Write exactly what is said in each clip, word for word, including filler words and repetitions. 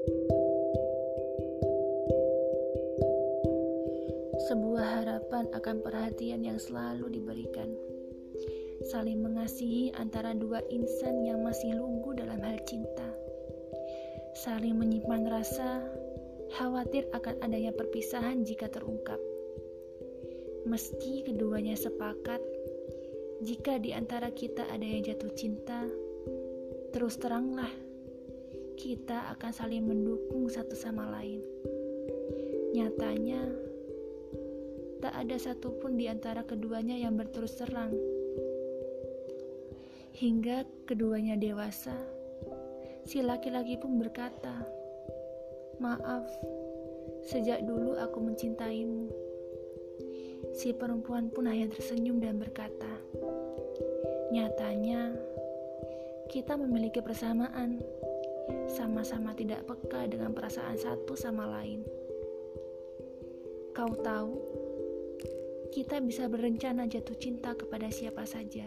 Sebuah harapan akan perhatian yang selalu diberikan. Saling mengasihi antara dua insan yang masih lugu dalam hal cinta. Saling menyimpan rasa khawatir akan adanya perpisahan jika terungkap. Meski keduanya sepakat, jika di antara kita ada yang jatuh cinta, terus teranglah, kita akan saling mendukung satu sama lain. Nyatanya, tak ada satupun di antara keduanya yang berterus terang. Hingga keduanya dewasa, si laki-laki pun berkata, "Maaf, sejak dulu aku mencintaimu." Si perempuan pun hanya tersenyum dan berkata, "Nyatanya, kita memiliki persamaan, sama-sama tidak peka dengan perasaan satu sama lain. Kau tahu, kita bisa berencana jatuh cinta kepada siapa saja.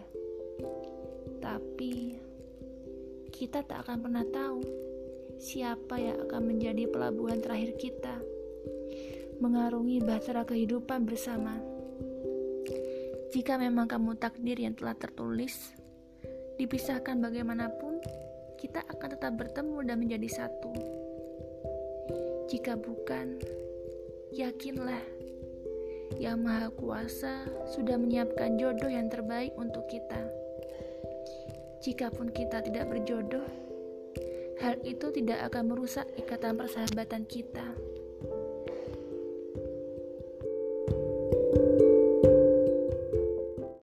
Tapi, kita tak akan pernah tahu siapa yang akan menjadi pelabuhan terakhir kita, mengarungi bahtera kehidupan bersama. Jika memang kamu takdir yang telah tertulis, dipisahkan bagaimanapun, kita akan tetap bertemu dan menjadi satu. Jika bukan, yakinlah, Yang Maha Kuasa sudah menyiapkan jodoh yang terbaik untuk kita. Jikapun kita tidak berjodoh, hal itu tidak akan merusak ikatan persahabatan kita.